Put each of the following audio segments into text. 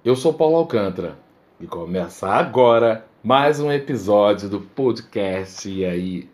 Eu sou Paulo Alcântara e começa agora mais um episódio do podcast E aí?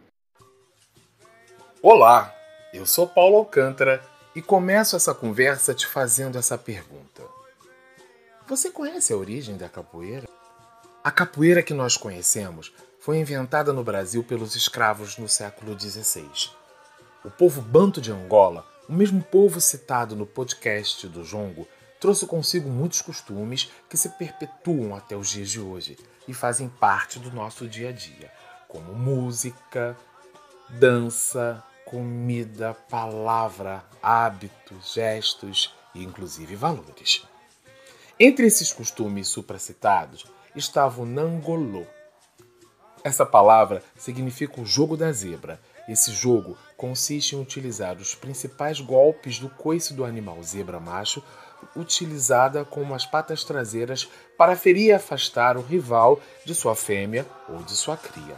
Olá, eu sou Paulo Alcântara e começo essa conversa te fazendo essa pergunta. Você conhece a origem da capoeira? A capoeira que nós conhecemos foi inventada no Brasil pelos escravos no século XVI. O povo banto de Angola, o mesmo povo citado no podcast do Jongo, trouxe consigo muitos costumes que se perpetuam até os dias de hoje e fazem parte do nosso dia a dia, como música, dança, comida, palavra, hábitos, gestos e inclusive valores. Entre esses costumes supracitados estava o Nangolô. Essa palavra significa o jogo da zebra. Esse jogo consiste em utilizar os principais golpes do coice do animal zebra macho, utilizada com as patas traseiras para ferir e afastar o rival de sua fêmea ou de sua cria.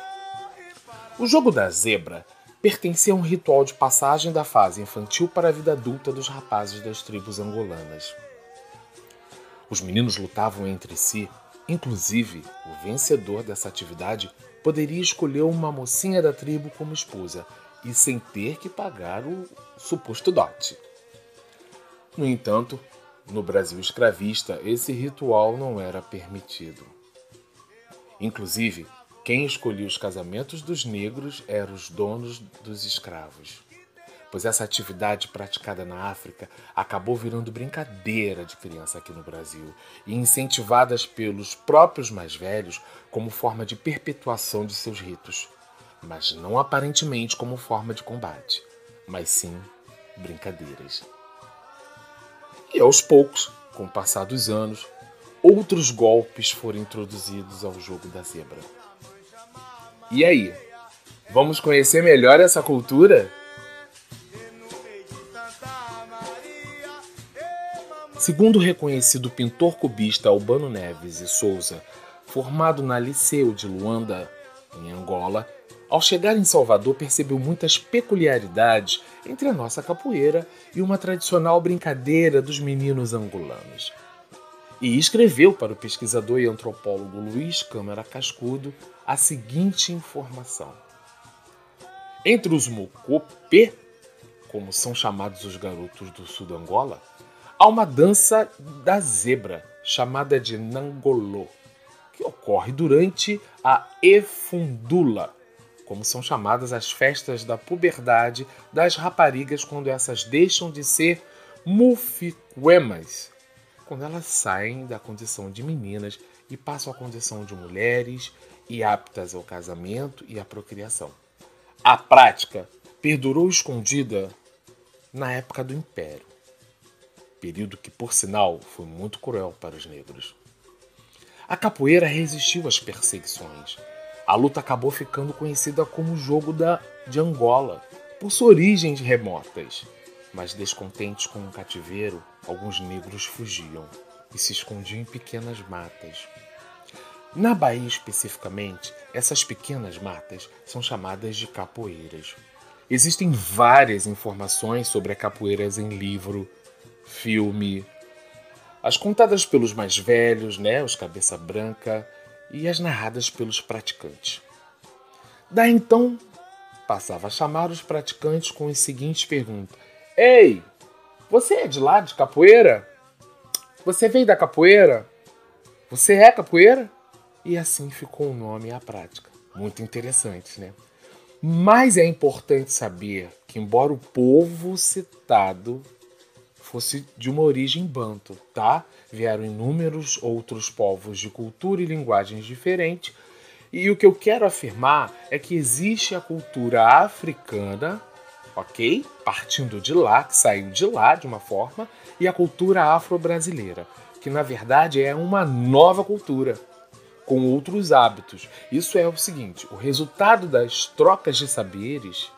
O jogo da zebra pertencia a um ritual de passagem da fase infantil para a vida adulta dos rapazes das tribos angolanas. Os meninos lutavam entre si. Inclusive, o vencedor dessa atividade poderia escolher uma mocinha da tribo como esposa e sem ter que pagar o suposto dote. No entanto, no Brasil escravista, esse ritual não era permitido. Inclusive, quem escolhia os casamentos dos negros eram os donos dos escravos, pois essa atividade praticada na África acabou virando brincadeira de criança aqui no Brasil e incentivadas pelos próprios mais velhos como forma de perpetuação de seus ritos, mas não aparentemente como forma de combate, mas sim brincadeiras. E aos poucos, com o passar dos anos, outros golpes foram introduzidos ao jogo da zebra. E aí, vamos conhecer melhor essa cultura? Segundo o reconhecido pintor cubista Albano Neves e Souza, formado na Liceu de Luanda, em Angola, ao chegar em Salvador percebeu muitas peculiaridades entre a nossa capoeira e uma tradicional brincadeira dos meninos angolanos. E escreveu para o pesquisador e antropólogo Luiz Câmara Cascudo a seguinte informação. Entre os mocopê, como são chamados os garotos do sul de Angola, há uma dança da zebra, chamada de Nangolô, que ocorre durante a efundula, como são chamadas as festas da puberdade das raparigas quando essas deixam de ser mufiquemas, quando elas saem da condição de meninas e passam à condição de mulheres e aptas ao casamento e à procriação. A prática perdurou escondida na época do Império, período que, por sinal, foi muito cruel para os negros. A capoeira resistiu às perseguições. A luta acabou ficando conhecida como o Jogo de Angola, por suas origens remotas. Mas descontentes com o cativeiro, alguns negros fugiam e se escondiam em pequenas matas. Na Bahia, especificamente, essas pequenas matas são chamadas de capoeiras. Existem várias informações sobre a capoeiras em livro, filme, as contadas pelos mais velhos, os cabeça branca, e as narradas pelos praticantes. Daí então, passava a chamar os praticantes com as seguintes perguntas. Ei, você é de lá de capoeira? Você veio da capoeira? Você é capoeira? E assim ficou o nome e a prática. Muito interessante, né? Mas é importante saber que, embora o povo citado fosse de uma origem banto, tá? Vieram inúmeros outros povos de cultura e linguagens diferentes. E o que eu quero afirmar é que existe a cultura africana, ok? Partindo de lá, que saiu de lá de uma forma, e a cultura afro-brasileira, que na verdade é uma nova cultura, com outros hábitos. Isso é o seguinte, o resultado das trocas de saberes,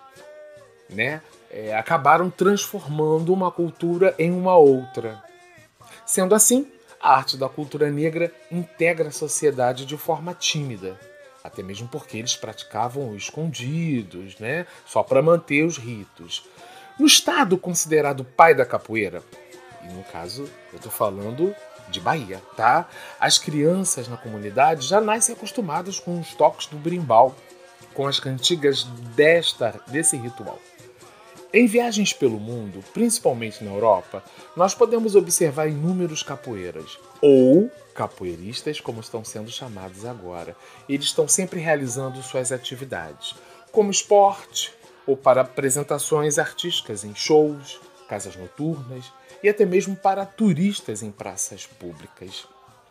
acabaram transformando uma cultura em uma outra. Sendo assim, a arte da cultura negra integra a sociedade de forma tímida, até mesmo porque eles praticavam escondidos, só para manter os ritos. No estado considerado pai da capoeira, e no caso eu estou falando de Bahia, tá? As crianças na comunidade já nascem acostumadas com os toques do berimbau, com as cantigas desse ritual. Em viagens pelo mundo, principalmente na Europa, nós podemos observar inúmeros capoeiras, ou capoeiristas, como estão sendo chamados agora. Eles estão sempre realizando suas atividades, como esporte ou para apresentações artísticas em shows, casas noturnas e até mesmo para turistas em praças públicas.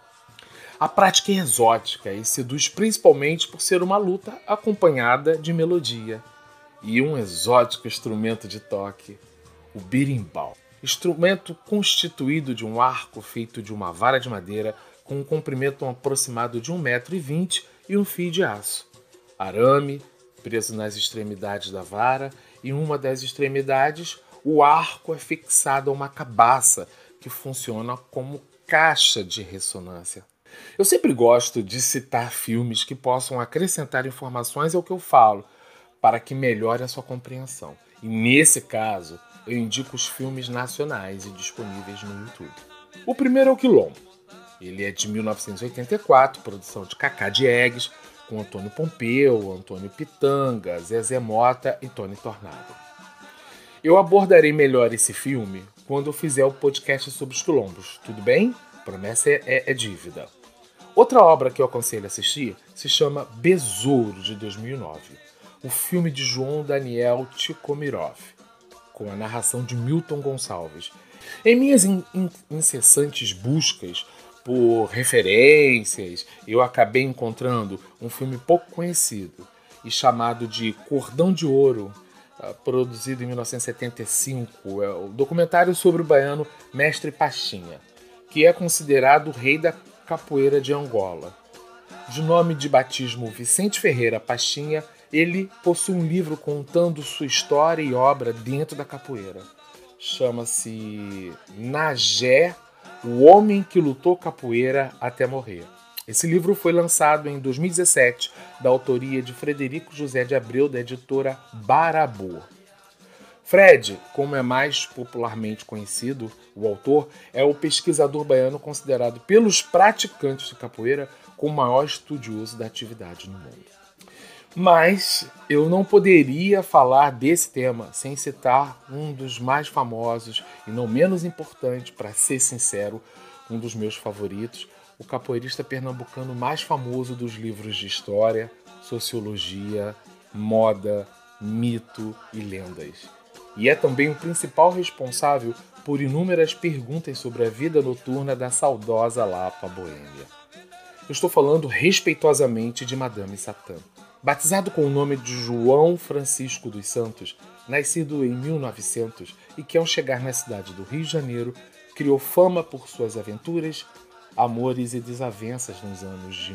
A prática é exótica e seduz principalmente por ser uma luta acompanhada de melodia e um exótico instrumento de toque, o berimbau. Instrumento constituído de um arco feito de uma vara de madeira com um comprimento aproximado de 1,20 m e um fio de aço. Arame, preso nas extremidades da vara, e em uma das extremidades o arco é fixado a uma cabaça que funciona como caixa de ressonância. Eu sempre gosto de citar filmes que possam acrescentar informações ao que eu falo, para que melhore a sua compreensão. E nesse caso, eu indico os filmes nacionais e disponíveis no YouTube. O primeiro é o Quilombo. Ele é de 1984, produção de Cacá Diegues, com Antônio Pompeu, Antônio Pitanga, Zezé Mota e Tony Tornado. Eu abordarei melhor esse filme quando eu fizer o podcast sobre os quilombos, tudo bem? Promessa é dívida. Outra obra que eu aconselho a assistir se chama Besouro, de 2009. O filme de João Daniel Tikomirov, com a narração de Milton Gonçalves. Em minhas incessantes buscas por referências, eu acabei encontrando um filme pouco conhecido e chamado de Cordão de Ouro, produzido em 1975, é o documentário sobre o baiano Mestre Pachinha, que é considerado o rei da capoeira de Angola. De nome de batismo Vicente Ferreira Pachinha, ele possui um livro contando sua história e obra dentro da capoeira. Chama-se Nagé, o homem que lutou capoeira até morrer. Esse livro foi lançado em 2017, da autoria de Frederico José de Abreu, da editora Barabu. Fred, como é mais popularmente conhecido, o autor é o pesquisador baiano considerado pelos praticantes de capoeira como o maior estudioso da atividade no mundo. Mas eu não poderia falar desse tema sem citar um dos mais famosos e não menos importante, para ser sincero, um dos meus favoritos, o capoeirista pernambucano mais famoso dos livros de história, sociologia, moda, mito e lendas. E é também o principal responsável por inúmeras perguntas sobre a vida noturna da saudosa Lapa Boêmia. Eu estou falando respeitosamente de Madame Satã. Batizado com o nome de João Francisco dos Santos, nascido em 1900 e que ao chegar na cidade do Rio de Janeiro, criou fama por suas aventuras, amores e desavenças nos anos de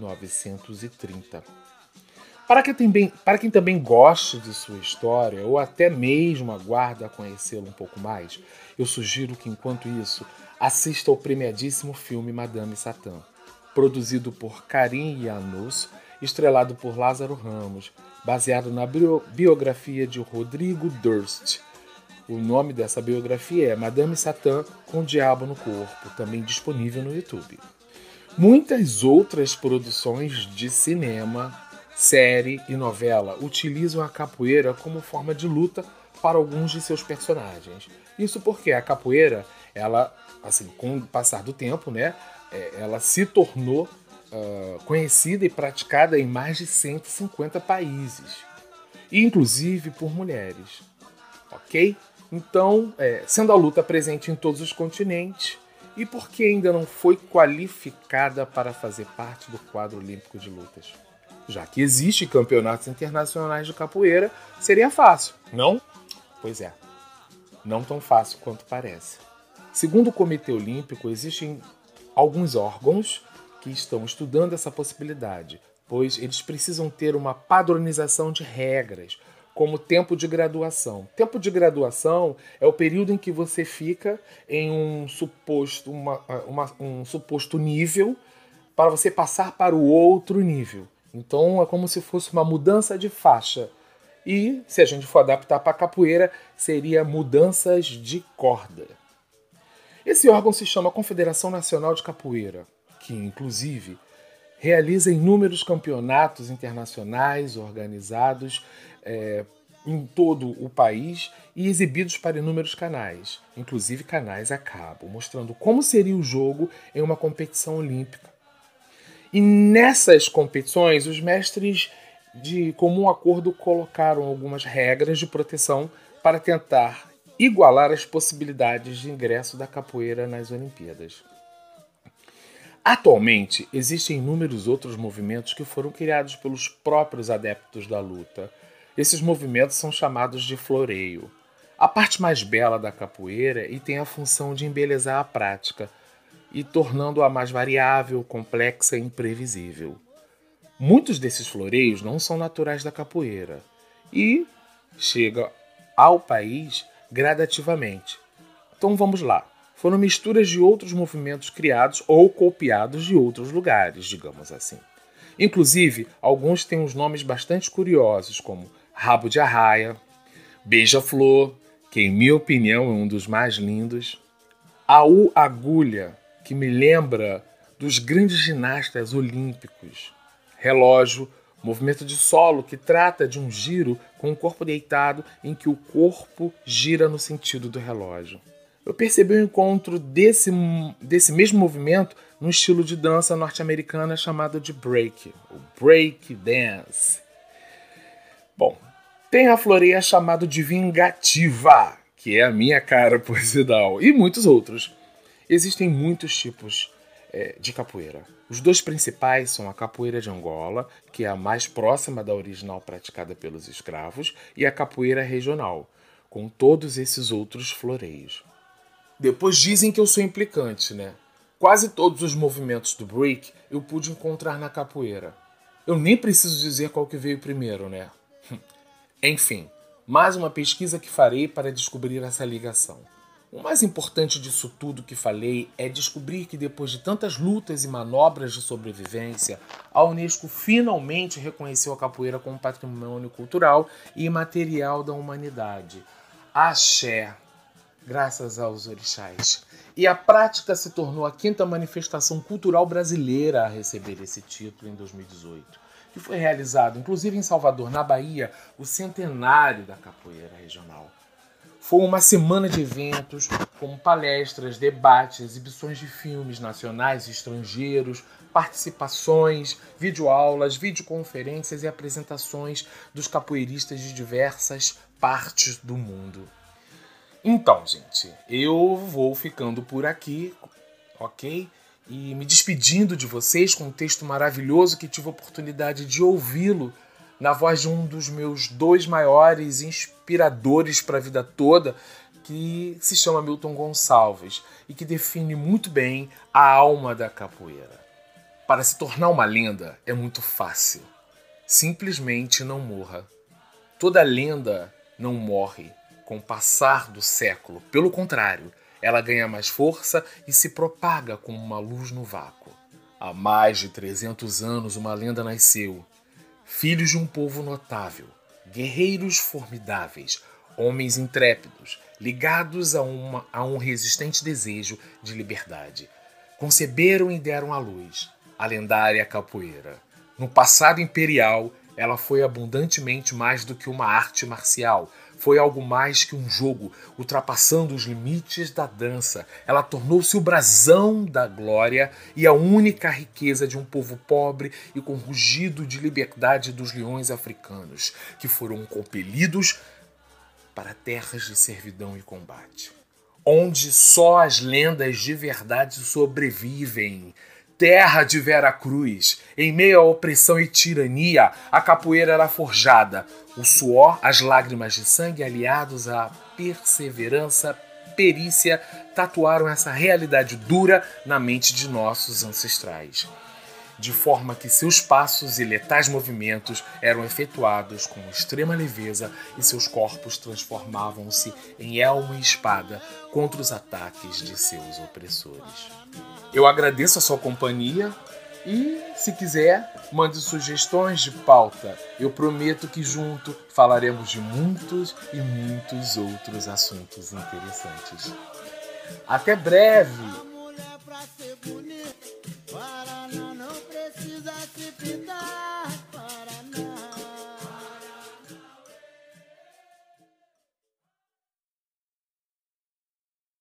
1930. Para quem também gosta de sua história ou até mesmo aguarda conhecê-lo um pouco mais, eu sugiro que, enquanto isso, assista ao premiadíssimo filme Madame Satã, produzido por Karim Janus, estrelado por Lázaro Ramos, baseado na biografia de Rodrigo Durst. O nome dessa biografia é Madame Satã com o Diabo no Corpo, também disponível no YouTube. Muitas outras produções de cinema, série e novela utilizam a capoeira como forma de luta para alguns de seus personagens. Isso porque a capoeira, ela, assim, com o passar do tempo, né, ela se tornou conhecida e praticada em mais de 150 países, e inclusive por mulheres. Ok? Então, sendo a luta presente em todos os continentes, e porque ainda não foi qualificada para fazer parte do quadro olímpico de lutas. Já que existem campeonatos internacionais de capoeira, seria fácil, não? Pois é, não tão fácil quanto parece. Segundo o Comitê Olímpico, existem alguns órgãos que estão estudando essa possibilidade, pois eles precisam ter uma padronização de regras, como tempo de graduação. Tempo de graduação é o período em que você fica em um suposto nível para você passar para o outro nível. Então é como se fosse uma mudança de faixa. E, se a gente for adaptar para a capoeira, seria mudanças de corda. Esse órgão se chama Confederação Nacional de Capoeira, que, inclusive, realiza inúmeros campeonatos internacionais organizados em todo o país e exibidos para inúmeros canais, inclusive canais a cabo, mostrando como seria o jogo em uma competição olímpica. E nessas competições, os mestres de comum acordo colocaram algumas regras de proteção para tentar igualar as possibilidades de ingresso da capoeira nas Olimpíadas. Atualmente, existem inúmeros outros movimentos que foram criados pelos próprios adeptos da luta. Esses movimentos são chamados de floreio. A parte mais bela da capoeira e tem a função de embelezar a prática e tornando-a mais variável, complexa e imprevisível. Muitos desses floreios não são naturais da capoeira e chegam ao país gradativamente. Então vamos lá. Foram misturas de outros movimentos criados ou copiados de outros lugares, digamos assim. Inclusive, alguns têm uns nomes bastante curiosos, como Rabo de Arraia, Beija-Flor, que em minha opinião é um dos mais lindos, Aú Agulha, que me lembra dos grandes ginastas olímpicos, Relógio, movimento de solo que trata de um giro com o corpo deitado em que o corpo gira no sentido do relógio. Eu percebi o encontro desse mesmo movimento no estilo de dança norte-americana chamado de break, o break dance. Bom, tem a floreia chamada de vingativa, que é a minha cara por sinal, e muitos outros. Existem muitos tipos de capoeira. Os dois principais são a capoeira de Angola, que é a mais próxima da original praticada pelos escravos, e a capoeira regional, com todos esses outros floreios. Depois dizem que eu sou implicante, né? Quase todos os movimentos do break eu pude encontrar na capoeira. Eu nem preciso dizer qual que veio primeiro, né? Enfim, mais uma pesquisa que farei para descobrir essa ligação. O mais importante disso tudo que falei é descobrir que depois de tantas lutas e manobras de sobrevivência, a Unesco finalmente reconheceu a capoeira como patrimônio cultural e imaterial da humanidade. Axé! Graças aos orixás. E a prática se tornou a 5ª manifestação cultural brasileira a receber esse título em 2018, que foi realizado, inclusive em Salvador, na Bahia, o centenário da capoeira regional. Foi uma semana de eventos, como palestras, debates, exibições de filmes nacionais e estrangeiros, participações, videoaulas, videoconferências e apresentações dos capoeiristas de diversas partes do mundo. Então, gente, eu vou ficando por aqui, ok? E me despedindo de vocês com um texto maravilhoso que tive a oportunidade de ouvi-lo na voz de um dos meus 2 maiores inspiradores para a vida toda, que se chama Milton Gonçalves e que define muito bem a alma da capoeira. Para se tornar uma lenda é muito fácil. Simplesmente não morra. Toda lenda não morre com o passar do século. Pelo contrário, ela ganha mais força e se propaga como uma luz no vácuo. Há mais de 300 anos uma lenda nasceu. Filhos de um povo notável, guerreiros formidáveis, homens intrépidos, ligados a um resistente desejo de liberdade. Conceberam e deram à luz a lendária capoeira. No passado imperial, ela foi abundantemente mais do que uma arte marcial. Foi algo mais que um jogo, ultrapassando os limites da dança. Ela tornou-se o brasão da glória e a única riqueza de um povo pobre e com rugido de liberdade dos leões africanos, que foram compelidos para terras de servidão e combate, onde só as lendas de verdade sobrevivem. Terra de Vera Cruz, em meio à opressão e tirania, a capoeira era forjada. O suor, as lágrimas de sangue aliados à perseverança, perícia, tatuaram essa realidade dura na mente de nossos ancestrais, de forma que seus passos e letais movimentos eram efetuados com extrema leveza e seus corpos transformavam-se em elmo e espada contra os ataques de seus opressores. Eu agradeço a sua companhia e, se quiser, mande sugestões de pauta. Eu prometo que junto falaremos de muitos e muitos outros assuntos interessantes. Até breve! Mulher pra ser bonita, Paraná não precisa se pintar.